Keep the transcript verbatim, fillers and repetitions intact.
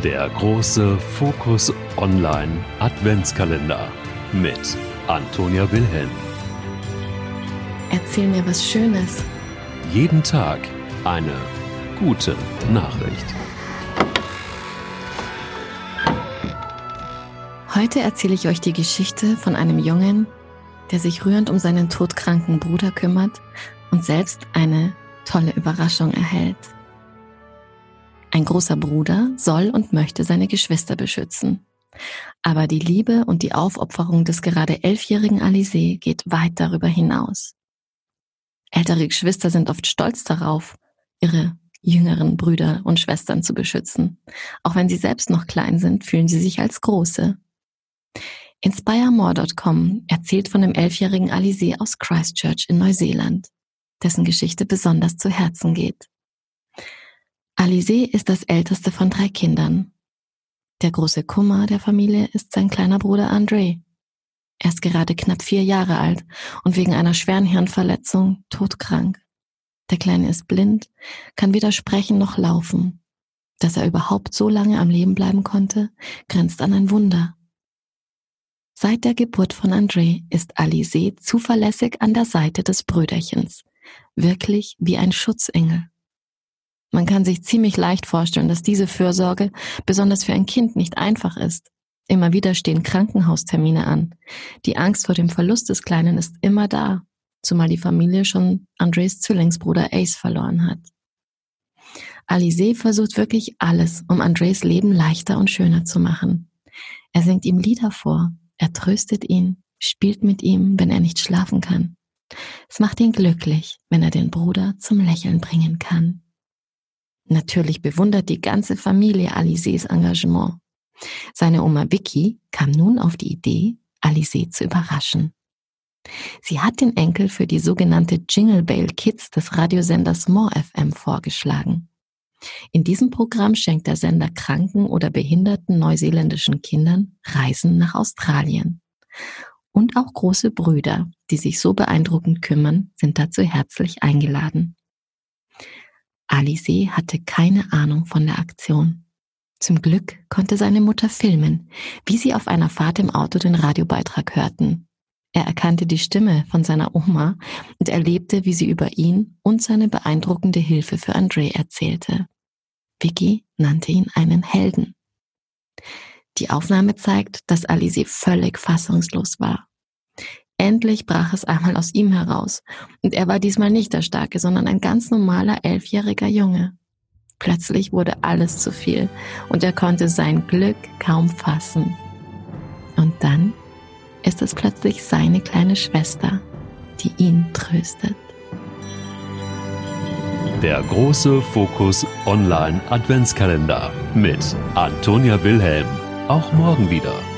Der große Fokus Online Adventskalender mit Antonia Wilhelm. Erzähl mir was Schönes. Jeden Tag eine gute Nachricht. Heute erzähle ich euch die Geschichte von einem Jungen, der sich rührend um seinen todkranken Bruder kümmert und selbst eine tolle Überraschung erhält. Ein großer Bruder soll und möchte seine Geschwister beschützen. Aber die Liebe und die Aufopferung des gerade elfjährigen Alizé geht weit darüber hinaus. Ältere Geschwister sind oft stolz darauf, ihre jüngeren Brüder und Schwestern zu beschützen. Auch wenn sie selbst noch klein sind, fühlen sie sich als Große. Inspire More Punkt com erzählt von dem elfjährigen Alizé aus Christchurch in Neuseeland, dessen Geschichte besonders zu Herzen geht. Alizé ist das älteste von drei Kindern. Der große Kummer der Familie ist sein kleiner Bruder André. Er ist gerade knapp vier Jahre alt und wegen einer schweren Hirnverletzung todkrank. Der Kleine ist blind, kann weder sprechen noch laufen. Dass er überhaupt so lange am Leben bleiben konnte, grenzt an ein Wunder. Seit der Geburt von André ist Alizé zuverlässig an der Seite des Brüderchens, wirklich wie ein Schutzengel. Man kann sich ziemlich leicht vorstellen, dass diese Fürsorge besonders für ein Kind nicht einfach ist. Immer wieder stehen Krankenhaustermine an. Die Angst vor dem Verlust des Kleinen ist immer da, zumal die Familie schon Andrés Zwillingsbruder Ace verloren hat. Alizé versucht wirklich alles, um Andrés Leben leichter und schöner zu machen. Er singt ihm Lieder vor, er tröstet ihn, spielt mit ihm, wenn er nicht schlafen kann. Es macht ihn glücklich, wenn er den Bruder zum Lächeln bringen kann. Natürlich bewundert die ganze Familie Alizés Engagement. Seine Oma Vicky kam nun auf die Idee, Alizé zu überraschen. Sie hat den Enkel für die sogenannte Jingle Bell Kids des Radiosenders More F M vorgeschlagen. In diesem Programm schenkt der Sender kranken oder behinderten neuseeländischen Kindern Reisen nach Australien. Und auch große Brüder, die sich so beeindruckend kümmern, sind dazu herzlich eingeladen. Alizé hatte keine Ahnung von der Aktion. Zum Glück konnte seine Mutter filmen, wie sie auf einer Fahrt im Auto den Radiobeitrag hörten. Er erkannte die Stimme von seiner Oma und erlebte, wie sie über ihn und seine beeindruckende Hilfe für André erzählte. Vicky nannte ihn einen Helden. Die Aufnahme zeigt, dass Alizé völlig fassungslos war. Endlich brach es einmal aus ihm heraus und er war diesmal nicht der Starke, sondern ein ganz normaler elfjähriger Junge. Plötzlich wurde alles zu viel und er konnte sein Glück kaum fassen. Und dann ist es plötzlich seine kleine Schwester, die ihn tröstet. Der große Fokus Online Adventskalender mit Antonia Wilhelm. Auch morgen wieder.